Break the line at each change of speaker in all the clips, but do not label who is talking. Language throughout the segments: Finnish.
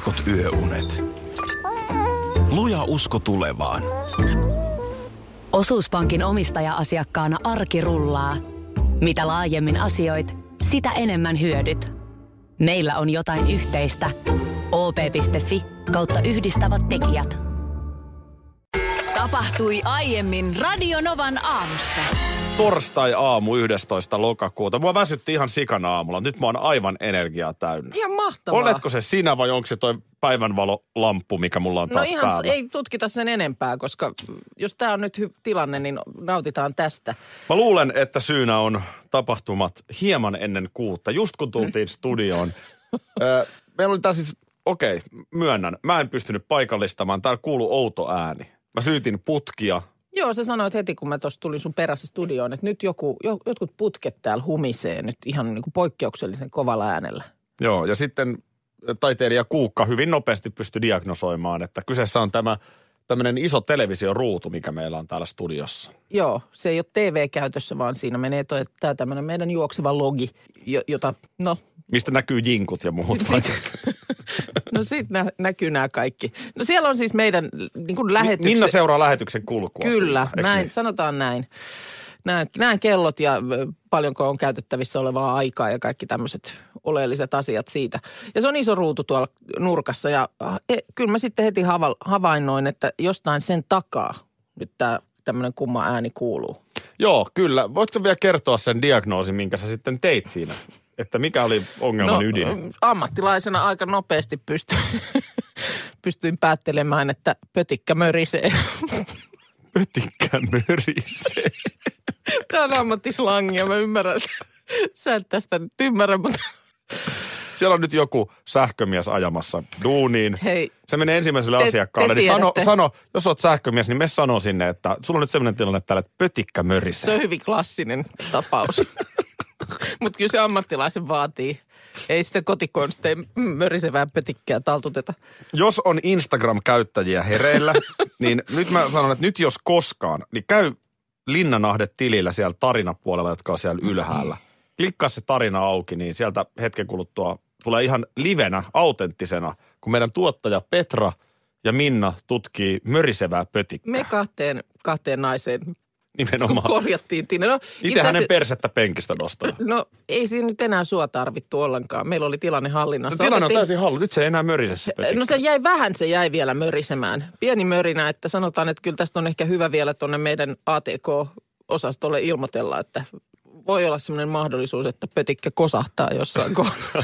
heikot yöunet. Luja usko tulevaan.
Osuuspankin omistaja-asiakkaana arki rullaa. Mitä laajemmin asioit, sitä enemmän hyödyt. Meillä on jotain yhteistä. op.fi/yhdistävät tekijät.
Tapahtui aiemmin Radio Novan aamussa.
Torstai-aamu 11. lokakuuta. Mua väsytti ihan sikana aamulla. Nyt mä oon aivan energiaa täynnä.
Ihan mahtavaa.
Oletko se sinä vai onko se toi päivänvalolamppu, mikä mulla on taas päällä?
Ei tutkita sen enempää, koska jos tää on nyt tilanne, niin nautitaan tästä.
Mä luulen, että syynä on tapahtumat hieman ennen 6. Just kun tultiin studioon. Meillä oli tää siis, myönnän. Mä en pystynyt paikallistamaan. Täällä kuului outo ääni. Mä syytin putkia.
Joo, sä sanoit heti, kun mä tuossa tulin sun perässä studioon, että nyt jotkut putket täällä humisee nyt ihan niin kuin poikkeuksellisen kovalla äänellä.
Joo, ja sitten taiteilija Kuukka hyvin nopeasti pystyi diagnosoimaan, että kyseessä on tämmöinen iso televisioruutu, mikä meillä on täällä studiossa.
Joo, se ei ole TV-käytössä, vaan siinä menee tämä tämmöinen meidän juokseva logi, jota,
mistä näkyy jinkut ja muut.
No siitä näkyy nämä kaikki. No siellä on siis meidän niin kuin lähetyksen.
Minna seuraa lähetyksen kulkua.
Kyllä,
siinä,
näin,
niin?
Sanotaan näin. Nämä kellot ja paljonko on käytettävissä olevaa aikaa ja kaikki tämmöiset oleelliset asiat siitä. Ja se on iso ruutu tuolla nurkassa ja kyllä mä sitten heti havainnoin, että jostain sen takaa nyt tämä tämmöinen kumma ääni kuuluu.
Joo, kyllä. Voitko vielä kertoa sen diagnoosin, minkä sä sitten teit siinä? Että mikä oli ongelman ydin?
Ammattilaisena aika nopeasti pystyin päättelemään, että pötikkä mörisee.
Pötikkä mörisee?
Tämä on ammattislangia, mä ymmärrän. Sä et tästä nyt ymmärrä, mutta...
Siellä on nyt joku sähkömies ajamassa duuniin.
Hei.
Se menee ensimmäiselle asiakkaalle. Niin sano, jos olet sähkömies, niin me sano sinne, että sulla on nyt sellainen tilanne täällä, että pötikkä mörisee.
Se on hyvin klassinen tapaus. Mutta kyllä se ammattilaisen vaatii. Ei sitä kotikonstein mörisevää pötikkää taltuteta.
Jos on Instagram-käyttäjiä hereillä, niin nyt mä sanon, että nyt jos koskaan, niin käy Linnanahde-tilillä siellä tarinapuolella, jotka on siellä ylhäällä. Klikkaa se tarina auki, niin sieltä hetken kuluttua tulee ihan livenä, autenttisena, kun meidän tuottaja Petra ja Minna tutkii mörisevää pötikkää.
Me kahteen naiseen
nimenomaan
korjattiin. No,
itse hänen persettä penkistä nostaa.
No ei siinä nyt enää sua tarvittu ollenkaan. Meillä oli tilanne hallinnassa.
No, tilanne on täysin hallu. Nyt se ei enää mörise se pötikkä.
No se jäi vielä mörisemään. Pieni mörinä, että sanotaan, että kyllä tästä on ehkä hyvä vielä tuonne meidän ATK-osastolle ilmoitella, että voi olla sellainen mahdollisuus, että pötikkä kosahtaa jossain kohdassa.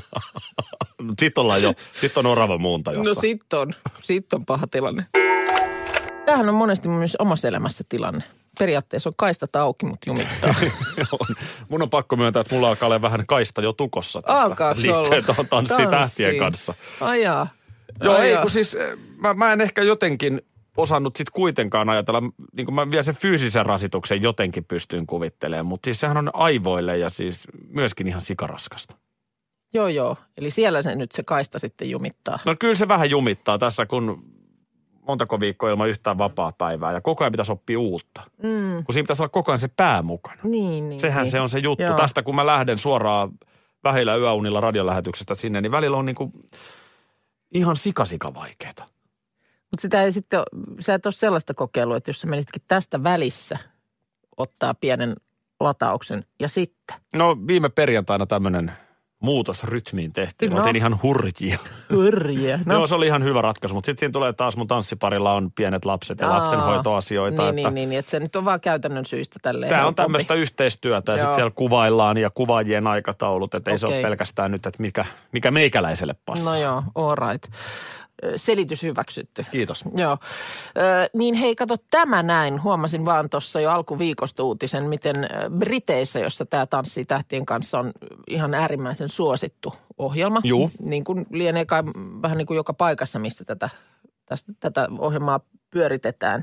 Sitten on orava muunta jossain.
No sit on paha tilanne. Tämähän on monesti myös omassa elämässä tilanne. Periaatteessa on kaistat auki, mutta jumittaa.
Mun on pakko myöntää, että mulla alkaa olla vähän kaista jo tukossa tässä.
Alkaako
liittyen tuohon tanssitähtien kanssa.
Ajaa.
Joo, kun siis mä en ehkä jotenkin osannut sit kuitenkaan ajatella, niin kuin mä vielä sen fyysisen rasituksen jotenkin pystyin kuvittelemaan, mutta siis sehän on aivoille ja siis myöskin ihan sikaraskasta.
Joo. Eli siellä se kaista sitten jumittaa.
No kyllä se vähän jumittaa tässä, kun montako viikkoa ilman yhtään vapaa-päivää ja koko ajan pitäisi oppia uutta. Kun siinä pitäisi olla koko ajan se pää mukana.
Niin.
Se on se juttu. Joo. Tästä kun mä lähden suoraan vähillä yöunilla radiolähetyksestä sinne, niin välillä on niinku ihan sikasika vaikeeta.
Mutta sitä ei sitten, sä et ole sellaista kokeilua, että jos sä menisitkin tästä välissä ottaa pienen latauksen ja sitten.
No viime perjantaina tämmöinen muutos rytmiin tehtiin.
No.
Otin ihan hurjia.
Hurjia. No.
Joo, se oli ihan hyvä ratkaisu, mutta sitten siinä tulee taas mun tanssiparilla on pienet lapset ja lapsenhoitoasioita.
Niin, että se nyt on vaan käytännön syistä tälleen.
Tämä on tämmöistä yhteistyötä ja sitten siellä kuvaillaan ja kuvaajien aikataulut, että ei se ole pelkästään nyt, että mikä meikäläiselle passaa.
No joo, all right. Selitys hyväksytty.
Kiitos.
Joo. Niin hei, kato tämä näin. Huomasin vaan tuossa jo alkuviikosta uutisen, miten Briteissä, jossa tämä Tanssii tähtien kanssa on ihan äärimmäisen suosittu ohjelma.
Juu.
Niin kuin lienee kai vähän niin kuin joka paikassa, mistä tätä ohjelmaa pyöritetään.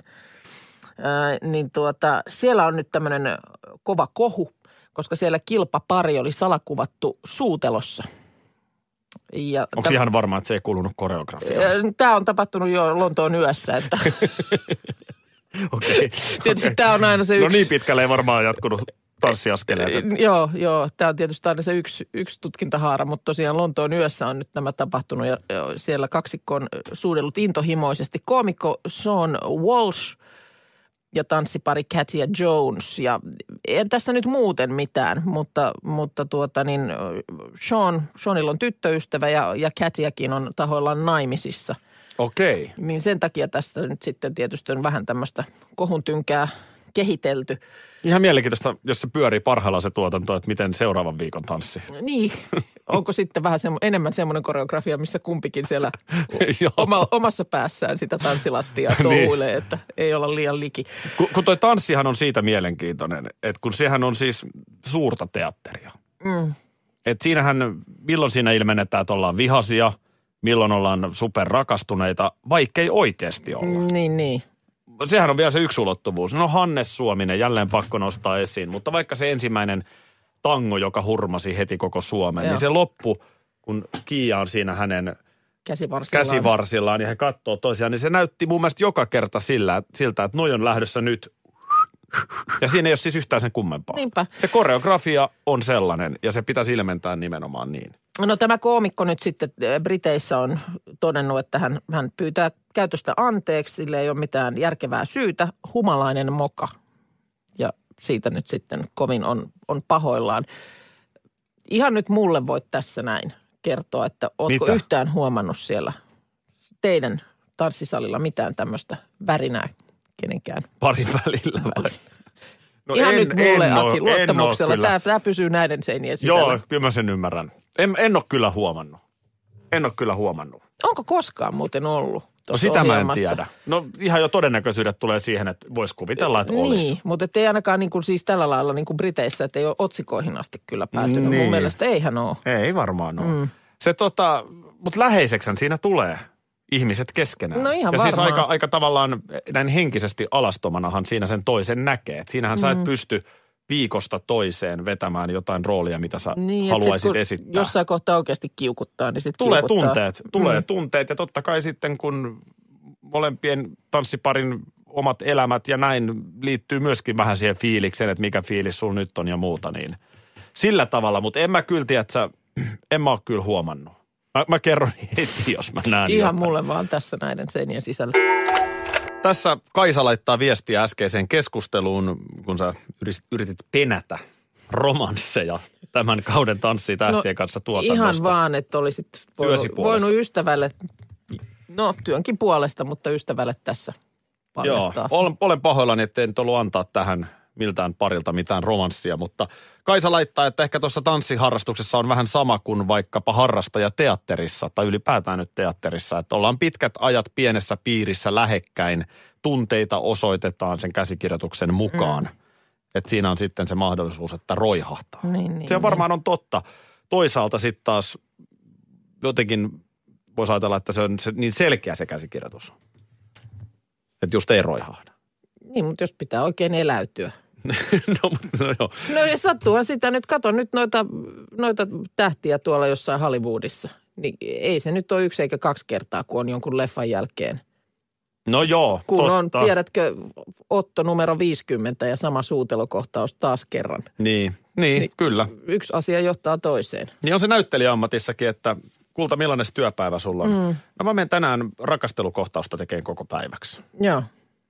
Siellä on nyt tämmöinen kova kohu, koska siellä kilpapari oli salakuvattu suutelossa.
Onko ihan varma, että se ei kuulunut koreografiaan?
Tämä on tapahtunut jo Lontoon yössä, että
Okei.
tietysti tämä on aina se yksi.
No niin pitkälle ei varmaan jatkunut tanssiaskeleet.
Joo. Tämä on tietysti aina se yksi tutkintahaara, mutta tosiaan Lontoon yössä on nyt nämä tapahtunut ja siellä kaksikko on suudellut intohimoisesti. Koomikko Sean Walsh ja tanssipari Katia Jones. Ja en tässä nyt muuten mitään, mutta Seanilla on tyttöystävä ja Katiakin on tahoillaan naimisissa.
Okei.
Niin sen takia tästä nyt sitten tietysti on vähän tämmöistä kohuntynkää kehitelty.
Ihan mielenkiintoista, jos se pyörii parhaillaan se tuotanto, että miten seuraavan viikon tanssi.
Niin. Onko sitten vähän enemmän semmoinen koreografia, missä kumpikin siellä omassa päässään sitä tanssilattiaa touhuilee, niin. Että ei olla liian liki.
Kun toi tanssihan on siitä mielenkiintoinen, että kun sehän on siis suurta teatteria. Että siinähän, milloin siinä ilmennetään, että ollaan vihaisia, milloin ollaan superrakastuneita, vaikkei oikeasti olla.
Niin.
Sehän on vielä se yksi ulottuvuus. No Hannes Suominen, jälleen pakko nostaa esiin. Mutta vaikka se ensimmäinen tango, joka hurmasi heti koko Suomen, niin se loppu, kun Kiia on siinä hänen käsivarsillaan ja he katsoo toisiaan, niin se näytti mun mielestä joka kerta siltä, että noi on lähdössä nyt. Ja siinä ei ole siis yhtään sen kummempaa.
Niinpä.
Se koreografia on sellainen ja se pitäisi ilmentää nimenomaan niin.
No tämä koomikko nyt sitten Briteissä on todennut, että hän pyytää käytöstä anteeksi, sille ei ole mitään järkevää syytä, humalainen moka. Ja siitä nyt sitten kovin on pahoillaan. Ihan nyt mulle voit tässä näin kertoa, että ootko yhtään huomannut siellä teidän tanssisalilla mitään tämmöistä värinää kenenkään?
Parin välillä vai?
No ihan nyt mulle, Aki, luottamuksella. Tämä pysyy näiden seinien sisällä.
Joo, kyllä mä sen ymmärrän. En ole kyllä huomannut.
Onko koskaan muuten ollut?
No sitä mä en tiedä. No ihan jo todennäköisyydet tulee siihen, että voisi kuvitella, että olisi.
Niin, mutta ei ainakaan niin kuin siis tällä lailla niin kuin Briteissä, että ei ole otsikoihin asti kyllä päätynyt.
Niin.
Mun mielestä eihän ole.
Ei varmaan ole. Se mutta läheiseksihän siinä tulee ihmiset keskenään.
No ihan
ja
varmaan.
Siis aika tavallaan näin henkisesti alastomanahan siinä sen toisen näkee. Et siinähän sä et pysty viikosta toiseen vetämään jotain roolia, mitä sä haluaisit esittää.
Jossain kohtaa oikeasti kiukuttaa, niin sitten
Tulee tunteet ja totta kai sitten kun molempien tanssiparin omat elämät ja näin liittyy myöskin vähän siihen fiilikseen, että mikä fiilis sulla nyt on ja muuta, niin sillä tavalla. Mutta en mä kyllä tiedä, että en mä ole kyllä huomannut. Mä kerron heti, jos mä näen
ihan
jotain.
mulle vaan tässä näiden seinien sisällä.
Tässä Kaisa laittaa viestiä äskeiseen keskusteluun, kun sä yritit penätä romansseja tämän kauden Tanssitähtien kanssa tuotannosta.
Ihan vaan, että olisit voinut ystävälle, työnkin puolesta, mutta ystävälle tässä paljastaa.
Joo, olen pahoillani, että en nyt ollut antaa tähän miltään parilta mitään romanssia, mutta Kaisa laittaa, että ehkä tuossa tanssiharrastuksessa on vähän sama kuin vaikkapa harrastajateatterissa tai ylipäätään nyt teatterissa, että ollaan pitkät ajat pienessä piirissä lähekkäin, tunteita osoitetaan sen käsikirjoituksen mukaan. Että siinä on sitten se mahdollisuus, että roihahtaa. Se varmaan on totta. Toisaalta sitten taas jotenkin voisi ajatella, että se on niin selkeä se käsikirjoitus, että just ei roihahda.
Niin, mutta jos pitää oikein eläytyä.
No joo.
No ja sattuuhan sitä nyt, kato nyt noita tähtiä tuolla jossain Hollywoodissa. Niin ei se nyt ole 1 eikä 2 kertaa, kun on jonkun leffan jälkeen.
No joo,
kun
totta.
on, tiedätkö, Otto numero 50 ja sama suutelukohtaus taas kerran.
Niin, kyllä.
Yksi asia johtaa toiseen.
Niin on se näyttelijäammatissakin, että kulta, millainen työpäivä sulla on? No mä menen tänään rakastelukohtausta tekemään koko päiväksi.
Joo,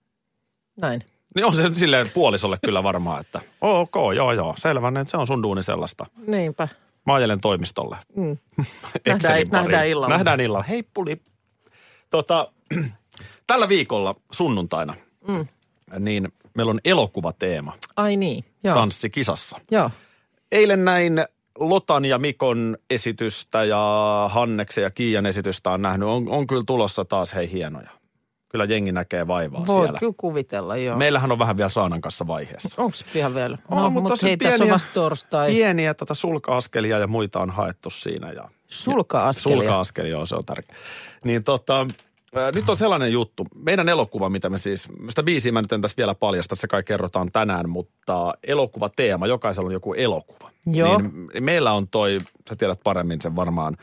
näin.
Niin on se silleen puolisolle kyllä varmaan, että joo, selvä, että se on sun duuni sellaista.
Niinpä.
Mä ajelen toimistolle.
Nähdään illalla.
Nähdään illalla. Hei puli. Tällä viikolla sunnuntaina, niin meillä on elokuvateema.
Ai niin, joo.
Tanssikisassa.
Joo.
Eilen näin Lotan ja Mikon esitystä ja Hanneksen ja Kiian esitystä on nähnyt. On kyllä tulossa taas hienoja. Kyllä jengi näkee vaivaa
Voi
siellä.
Voi kyllä kuvitella, joo.
Meillähän on vähän vielä Saanan kanssa vaiheessa.
Onko se ihan vielä?
Mutta
hei, tässä on vasta torstai.
Pieniä sulka-askelia ja muita on haettu siinä. Ja
sulka-askelia?
Sulka-askelia, joo, se on tärkeä. Niin nyt on sellainen juttu. Meidän elokuva, mitä me siis, sitä biisiä mä nyt en tässä vielä paljasta, se kai kerrotaan tänään, mutta elokuvateema, jokaisella on joku elokuva.
Joo.
Niin meillä on sä tiedät paremmin sen varmaan,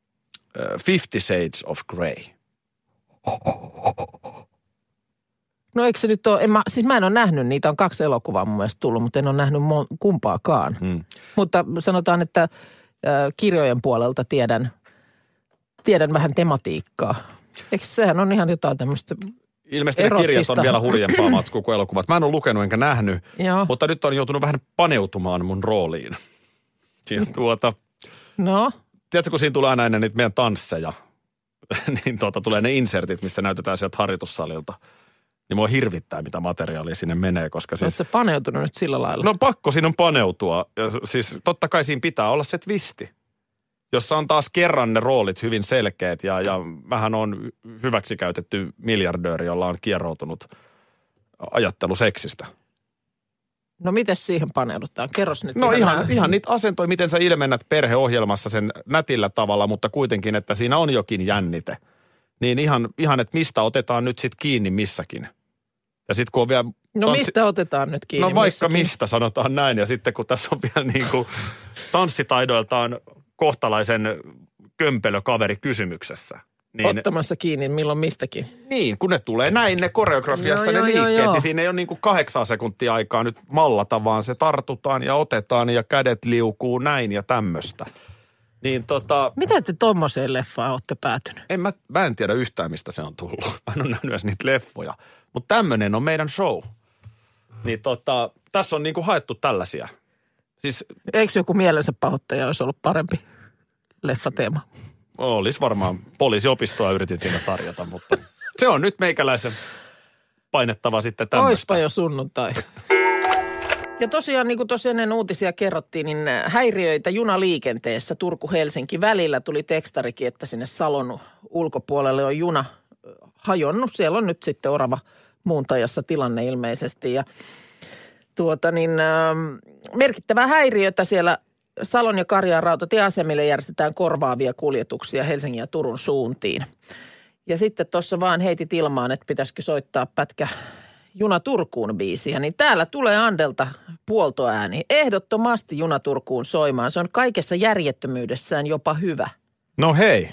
50 Shades of Grey.
No eikö se nyt ole, mä en ole nähnyt niitä, on 2 elokuvaa mun mielestä tullut, mutta en ole nähnyt kumpaakaan. Mutta sanotaan, että kirjojen puolelta tiedän vähän tematiikkaa. Eikö sehän on ihan jotain tämmöistä
ilmeisesti ne kirjat on vielä hurjempaa matskua kuin elokuvat. Mä en ole lukenut enkä nähnyt, mutta nyt on joutunut vähän paneutumaan mun rooliin.
No?
Tiedätkö, kun siinä tulee aina ennen niitä meidän tansseja, niin tulee ne insertit, missä näytetään sieltä harjoitussalilta. Niin mua hirvittää, mitä materiaalia sinne menee, koska siis...
Oletko sä paneutunut nyt sillä lailla?
No pakko siinä on paneutua. Ja siis totta kai siinä pitää olla se twisti, jossa on taas kerran ne roolit hyvin selkeät ja vähän on hyväksikäytetty miljardööri, jolla on kieroutunut ajattelu seksistä.
No miten siihen paneudutaan? Kerros nyt.
No ihan niitä asentoja, miten sä ilmennät perheohjelmassa sen nätillä tavalla, mutta kuitenkin, että siinä on jokin jännite. Niin ihan että mistä otetaan nyt sitten kiinni missäkin. Ja sitten kun on vielä...
No mistä otetaan nyt kiinni?
No vaikka mistä, sanotaan näin. Ja sitten kun tässä on vielä niin kuin tanssitaidoiltaan kohtalaisen kömpelö kaveri kysymyksessä. Niin,
ottamassa kiinni milloin mistäkin.
Niin, kun ne tulee näin ne koreografiassa ne liikkeet. Niin siinä ei ole niin kuin 8 sekuntia aikaa nyt mallata, vaan se tartutaan ja otetaan ja kädet liukuu näin ja tämmöistä. Niin
Miten te tommoseen leffaan olette päätynyt?
Mä en tiedä yhtään, mistä se on tullut. Mä en ole nähnyt edes niitä leffoja. Mutta tämmöinen on meidän show. Niin tässä on niinku haettu tällaisia. Siis,
eikö joku mielensä pahoittaja olisi ollut parempi leffateema?
Olisi varmaan. Poliisiopistoa yritin siinä tarjota, mutta se on nyt meikäläisen painettava sitten tämmöistä.
Oispa jo sunnuntai. Ja tosiaan, niin kuin tuossa ennen uutisia kerrottiin, niin häiriöitä junaliikenteessä Turku-Helsinki välillä tuli tekstarikin, että sinne Salon ulkopuolelle on juna hajonnut. Siellä on nyt sitten orava muuntajassa tilanne ilmeisesti ja merkittävää häiriötä siellä Salon ja Karjaan rautatieasemille järjestetään korvaavia kuljetuksia Helsingin ja Turun suuntiin. Ja sitten tuossa vaan heitit ilmaan, että pitäisikö soittaa pätkä Juna Turkuun -biisiä, niin täällä tulee Andelta puoltoääni. Ehdottomasti Juna Turkuun soimaan. Se on kaikessa järjettömyydessään jopa hyvä.
No hei.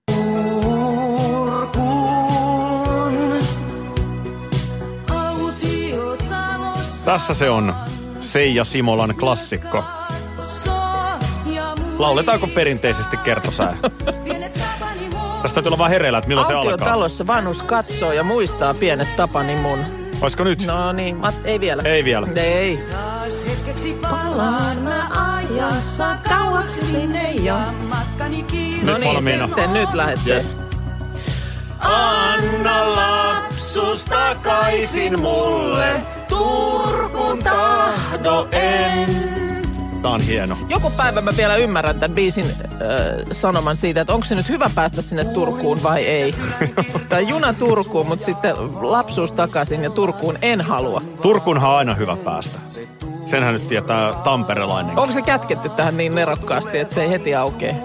Tässä se on Seija Simolan klassikko. Lauletaanko perinteisesti kertosää? Tästä täytyy olla vaan hereillä, että milloin se alkaa.
Autiotalossa vanhus katsoo ja muistaa pienet Tapani mun.
Olisiko nyt?
No niin, ei vielä.
Ei vielä.
Ei.
Taas hetkeksi palaan mä ajassa kauaksi sinne ja matkani kiinni.
No niin, sitten nyt lähdette. Yes.
Anna lapsus takaisin mulle, Turkun tahdo en.
Tää on hieno.
Joku päivä mä vielä ymmärrän tämän biisin sanoman siitä, että onko se nyt hyvä päästä sinne Turkuun vai ei. Tai juna Turkuun, mutta sitten lapsuus takaisin ja Turkuun en halua.
Turkuunhan on aina hyvä päästä. Senhän nyt tietää tamperelainen.
Onko se kätketty tähän niin nerokkaasti, että se ei heti aukee?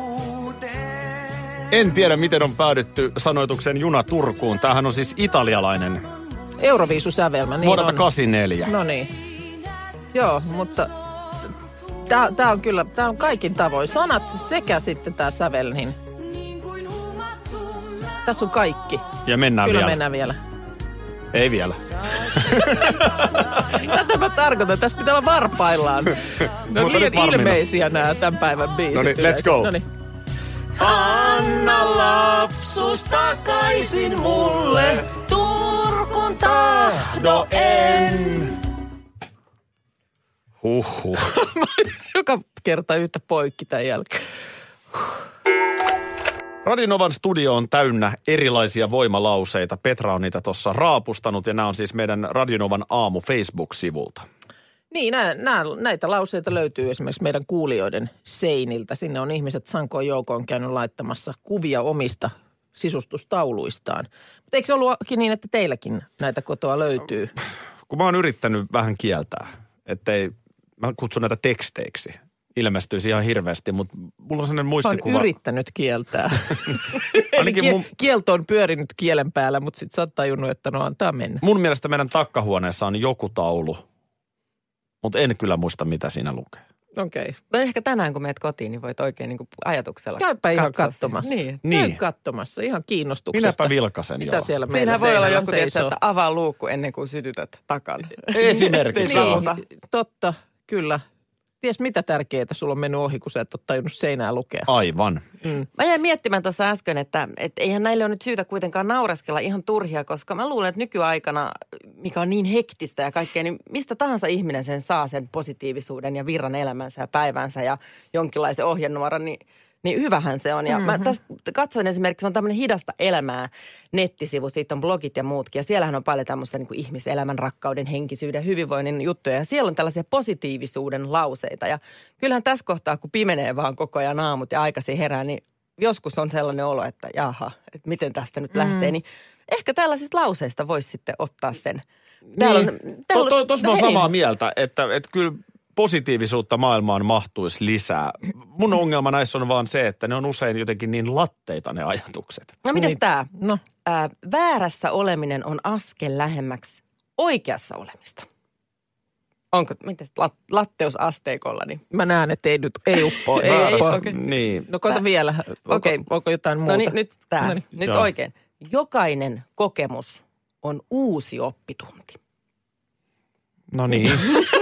En tiedä, miten on päädytty sanoituksen juna Turkuun. Tämähän on siis italialainen.
Euroviisusävelmä. Niin
vuodelta
on.
84.
No niin. Joo, mutta Tää on kyllä, tää on kaikin tavoin. Sanat sekä sitten tää sävel, niin tässä on kaikki.
Ja mennään
kyllä
vielä.
Mennään vielä.
Ei vielä.
Tätä mä tarkoitan. Tässä pitää olla varpaillaan. Ne on liian ilmeisiä nämä tämän päivän biisit.
No niin, let's go.
Noniin. Anna lapsus takaisin mulle, Turkun tahdo en.
Huhhuh.
Joka kerta yhtä poikki tämän jälkeen.
Radio Novan studio on täynnä erilaisia voimalauseita. Petra on niitä tuossa raapustanut ja nämä on siis meidän Radio Novan aamu Facebook-sivulta.
Niin, näitä lauseita löytyy esimerkiksi meidän kuulijoiden seiniltä. Sinne on ihmiset sankoon joukoon käynyt laittamassa kuvia omista sisustustauluistaan. Mutta eikö se ollutkin niin, että teilläkin näitä kotoa löytyy?
Kun mä oon yrittänyt vähän kieltää, ettei, mä kutsun näitä teksteiksi. Ilmestyisi ihan hirveästi, mutta mulla on sellainen muistikuva.
Mä oon yrittänyt kieltää.
Ainakin
kielto on pyörinyt kielen päällä, mutta sit sä oot tajunnut, että no antaa mennä.
Mun mielestä meidän takkahuoneessa on joku taulu, mutta en kyllä muista, mitä siinä lukee.
Okei.
No ehkä tänään, kun meet kotiin, niin voit oikein niin kuin ajatuksella
Käypä ihan
katsoa
katsomassa.
Niin.
Käy katsomassa ihan kiinnostuksesta.
Minäpä vilkasen,
Mitä
joo.
siellä meillä
Siinähän voi olla
seinällä
joku, tietysti,
seisoo.
että avaa luukku ennen kuin sytytät takana.
Esimerkiksi,
Niin.
joo.
Totta, kyllä. Ties mitä tärkeää sulla on mennyt ohi, kun sä et ole tajunnut seinää lukea.
Aivan.
Mä jäin miettimään tuossa äsken, että eihän näille ole nyt syytä kuitenkaan naureskella ihan turhia, koska mä luulen, että nykyaikana, mikä on niin hektistä ja kaikkea, niin mistä tahansa ihminen sen saa sen positiivisuuden ja virran elämänsä ja päivänsä ja jonkinlaisen ohjenuoran, niin hyvähän se on. Ja mä tässä katsoin esimerkiksi, on tämmöinen Hidasta elämää nettisivu, siitä on blogit ja muutkin. Ja siellähän on paljon tämmöistä niin kuin ihmiselämän, rakkauden, henkisyyden, hyvinvoinnin juttuja. Ja siellä on tällaisia positiivisuuden lauseita. Ja kyllähän tässä kohtaa, kun pimenee vaan koko ajan aamut ja aikaisin herää, niin joskus on sellainen olo, että jaha, että miten tästä nyt lähtee. Niin ehkä tällaisista lauseista voisi sitten ottaa sen.
Tuossa mä oon samaa mieltä, että kyllä positiivisuutta maailmaan mahtuisi lisää. Mun ongelma näissä on vaan se, että ne on usein jotenkin niin latteita ne ajatukset.
No mitäs tää?
No.
Väärässä oleminen on askel lähemmäksi oikeassa olemista. Onko, mitäs latteusasteikolla? Niin?
Mä näen, että ei uppoa. Ei uppoa.
okei.
Niin.
No kato vielä.
Okei.
Onko jotain muuta?
No niin, nyt tää.
Noniin.
Nyt
Joo.
oikein. Jokainen kokemus on uusi oppitunti.
No niin.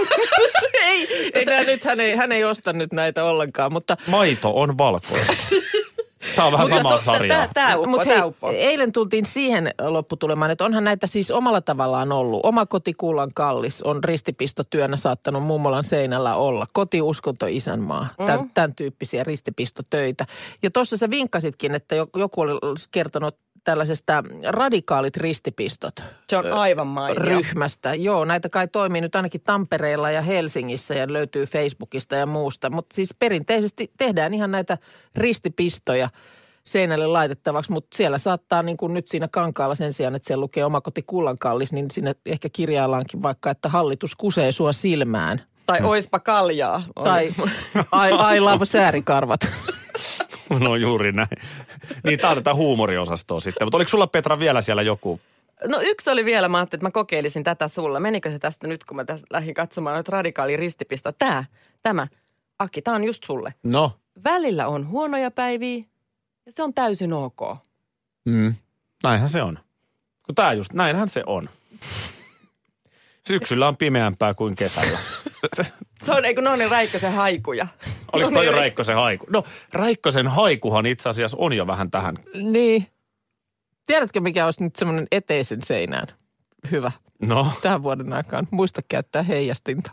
Nyt hän ei osta nyt näitä ollenkaan, mutta...
Maito on valkoista. Tämä on vähän samaa sarjaa.
Tää uppoo.
Eilen tultiin siihen lopputulemaan, että onhan näitä siis omalla tavallaan ollut. Oma kotikullan kallis on ristipistotyönä saattanut mummolan seinällä olla. Kotiuskonto isänmaa, tämän tyyppisiä ristipistotöitä. Ja tuossa sä vinkkasitkin, että joku oli kertonut tällaisesta radikaalit ristipistot.
Se on aivan mainio.
Ryhmästä. Joo, näitä kai toimii nyt ainakin Tampereella ja Helsingissä ja löytyy Facebookista ja muusta. Mutta siis perinteisesti tehdään ihan näitä ristipistoja seinälle laitettavaksi, mutta siellä saattaa niin kuin nyt siinä kankaalla sen sijaan, että siellä lukee omakoti kullankallis, niin sinne ehkä kirjaillaankin vaikka, että hallitus kusee sua silmään.
Tai oispa kaljaa.
Tai I love säärikarvat.
No juuri näin. Niin, tämä on tätä huumoriosastoa sitten. Mutta oliko sulla, Petra, vielä siellä joku?
No yksi oli vielä, mä ajattelin, että mä kokeilisin tätä sulla. Menikö se tästä nyt, kun mä tässä lähdin katsomaan noita radikaali ristipista? Tämä. Aki, tää on just sulle.
No.
Välillä on huonoja päiviä ja se on täysin ok.
Näinhän se on. Kun tää just, näinhän se on. Syksyllä on pimeämpää kuin kesällä.
Se on, eikö ne on ne Räikkösen haikuja?
Oliko toi jo Räikkösen haiku? No, Räikkösen haikuhan itse asiassa on jo vähän tähän.
Niin. Tiedätkö, mikä olisi nyt semmoinen eteisen seinään? Hyvä.
No.
Tähän vuoden aikaan. Muista käyttää heijastinta.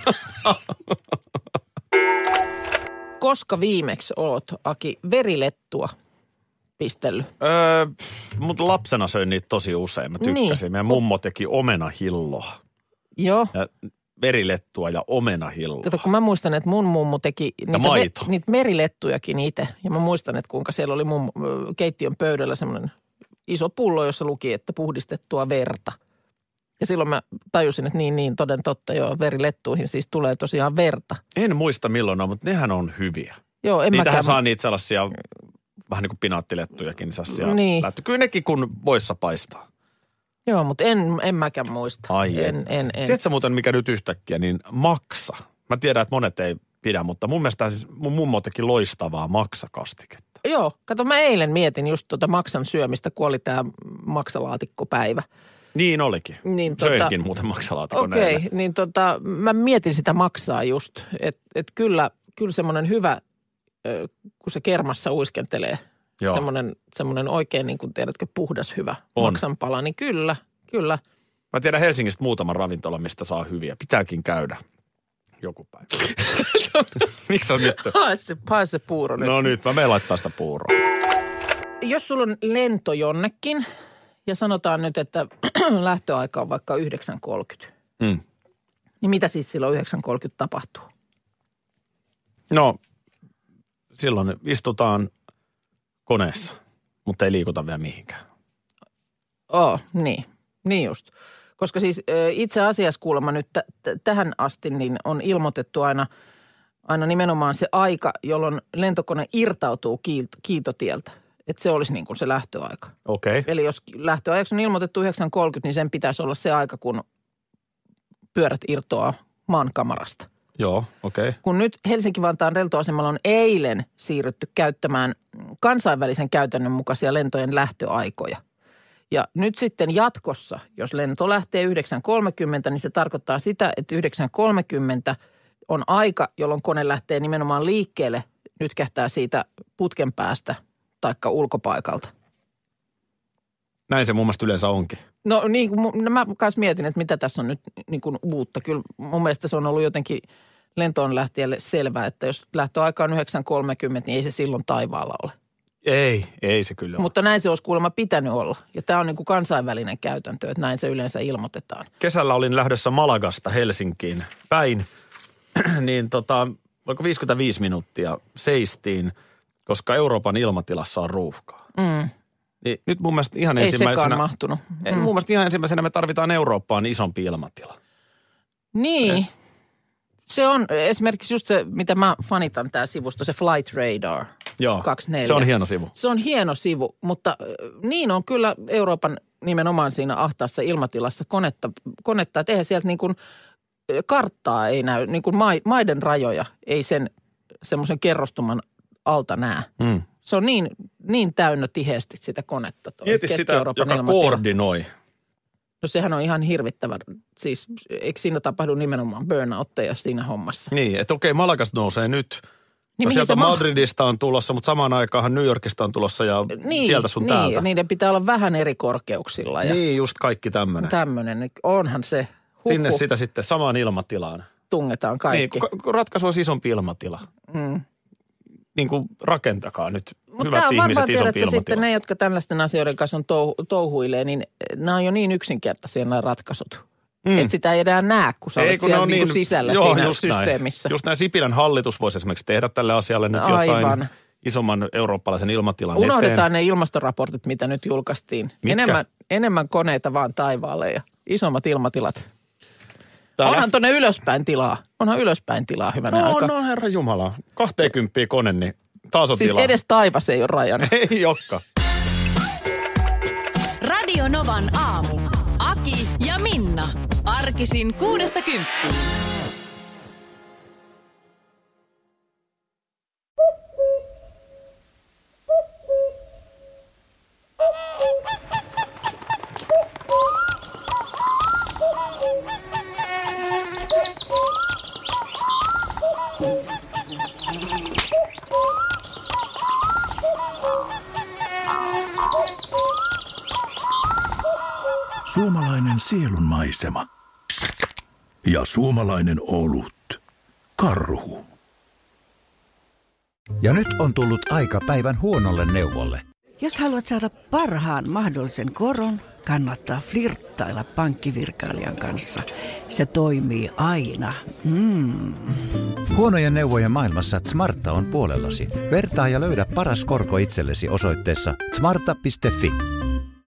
Koska viimeksi oot, Aki, verilettua pistellyt?
Mutta lapsena söin niitä tosi usein. Mä tykkäsin.
Niin.
Meidän mummo teki omenahilloa.
Joo.
Ja verilettua ja omenahilloa.
Kato, kun mä muistan, että mun mummu teki niitä merilettujakin itse. Ja mä muistan, että kuinka siellä oli mun keittiön pöydällä semmoinen iso pullo, jossa luki, että puhdistettua verta. Ja silloin mä tajusin, että niin, toden totta, joo, verilettuihin siis tulee tosiaan verta.
En muista milloin on, mutta nehän on hyviä.
Joo, en
Niitähän
mäkään.
saa niitä sellaisia, vähän niin kuin pinaattilettujakin, niin
Niin.
Kyllä nekin kun voissa paistaa.
Joo, mutta en mäkään muista.
Ai
en.
Tiedätkö muuten, mikä nyt yhtäkkiä, niin maksa. Mä tiedän, että monet ei pidä, mutta mun mielestä siis mun mummo teki loistavaa maksakastiketta.
Joo, kato mä eilen mietin just tuota maksan syömistä, kun oli tämä maksalaatikkopäivä.
Niin olikin.
Niin,
Söinkin muuten maksalaatikon
Okei,
eilen.
niin mä mietin sitä maksaa just, että kyllä semmoinen hyvä, kun se kermassa uiskentelee,
Joo.
semmoinen oikein niin kuin tiedätkö puhdas hyvä
On.
maksanpala, niin kyllä.
Mä tiedän Helsingistä muutaman ravintola, mistä saa hyviä. Pitääkin käydä joku päivä. Miksi sä nyt?
Hae se puuro nyt.
No nyt, mä menen laittaa sitä puuroa.
Jos sulla on lento jonnekin ja sanotaan nyt, että lähtöaika on vaikka 9.30, niin mitä siis silloin 9.30 tapahtuu?
No, silloin istutaan koneessa, mutta ei liikuta vielä mihinkään.
Niin just. Koska siis itse asiassa kuulemma nyt tähän asti niin on ilmoitettu aina nimenomaan se aika, jolloin lentokone irtautuu kiitotieltä. Että se olisi niin kuin se lähtöaika.
Okei.
Eli jos lähtöajaksi on ilmoitettu 9.30, niin sen pitäisi olla se aika, kun pyörät irtoaa maankamarasta.
Joo, okei. Okay.
Kun nyt Helsinki-Vantaan lentoasemalla on eilen siirrytty käyttämään kansainvälisen käytännön mukaisia lentojen lähtöaikoja. Ja nyt sitten jatkossa, jos lento lähtee 9.30, niin se tarkoittaa sitä, että 9.30 on aika, jolloin kone lähtee nimenomaan liikkeelle, nytkähtää siitä putken päästä taikka ulkopaikalta.
Näin se mun mielestä yleensä onkin.
No niin kuin mä kanssa mietin, että mitä tässä on nyt niin kuin uutta. Kyllä mun mielestä se on ollut jotenkin lentoon lähtijälle selvää, että jos lähtöaika on 9.30, niin ei se silloin taivaalla ole.
Ei se kyllä ole.
Mutta näin se olisi kuulemma pitänyt olla. Ja tämä on niin kuin kansainvälinen käytäntö, että näin se yleensä ilmoitetaan.
Kesällä olin lähdössä Malagasta Helsinkiin päin, niin vaikka 55 minuuttia seistiin, koska Euroopan ilmatilassa on ruuhkaa. Niin nyt mun mielestä ihan ensimmäisenä...
Ei sekaan mahtunut.
Mun mielestä ihan ensimmäisenä me tarvitaan Eurooppaan isompi ilmatila.
Niin. Se on esimerkiksi just se, mitä mä fanitan tämä sivusto, se Flight Radar 24.
Se on hieno sivu.
Se on hieno sivu, mutta niin on kyllä Euroopan nimenomaan siinä ahtaassa ilmatilassa konetta. Että eihän sieltä niin kuin karttaa ei näy, niin kuin maiden rajoja ei sen semmoisen kerrostuman alta näe. Se on niin täynnä tiheästi sitä konetta.
Mieti sitä, joka koordinoi.
No sehän on ihan hirvittävä. Siis eikö siinä tapahdu nimenomaan burnoutteja siinä hommassa?
Niin, että okei, Malagas nousee nyt.
Niin
no sieltä Madridista on tulossa, mutta samaan aikaan New Yorkista on tulossa ja sieltä sun täältä.
Niin, niiden pitää olla vähän eri korkeuksilla. Ja
niin, just kaikki tämmöinen.
Tämmöinen, onhan se.
Sinne sitä sitten samaan ilmatilaan.
Tungetaan kaikki.
Niin, kun ratkaisu on isompi ilmatila. Niin kuin rakentakaa nyt.
Mutta
hyvät ihmiset isompi ilmatila.
Sitten ne, jotka tällaisten asioiden kanssa on touhuilee, niin nämä on jo niin yksinkertaisia nämä ratkaisut. Että sitä ei enää näe, kun sä olet siellä niin sisällä siinä systeemissä.
Just näin Sipilän hallitus voisi esimerkiksi tehdä tälle asialle nyt jotain isomman eurooppalaisen ilmatilan eteen.
Unohdetaan ne ilmastoraportit, mitä nyt julkaistiin. Enemmän koneita vaan taivaalle ja isommat ilmatilat. Onhan tuonne ylöspäin tilaa. Onhan ylöspäin tilaa hyvänä aika.
No herra jumala. 20 kone, niin taas on
siis
tilaa.
Edes taivas ei ole rajana.
Ei olekaan.
Radio Novan aamu. Aki ja Minna. Arkisin 6–10.
Suomalainen sielunmaisema ja suomalainen olut. Karhu.
Ja nyt on tullut aika päivän huonolle neuvolle.
Jos haluat saada parhaan mahdollisen koron, kannattaa flirttailla pankkivirkailijan kanssa. Se toimii aina.
Huonojen neuvojen maailmassa Smarta on puolellasi. Vertaa ja löydä paras korko itsellesi osoitteessa smarta.fi.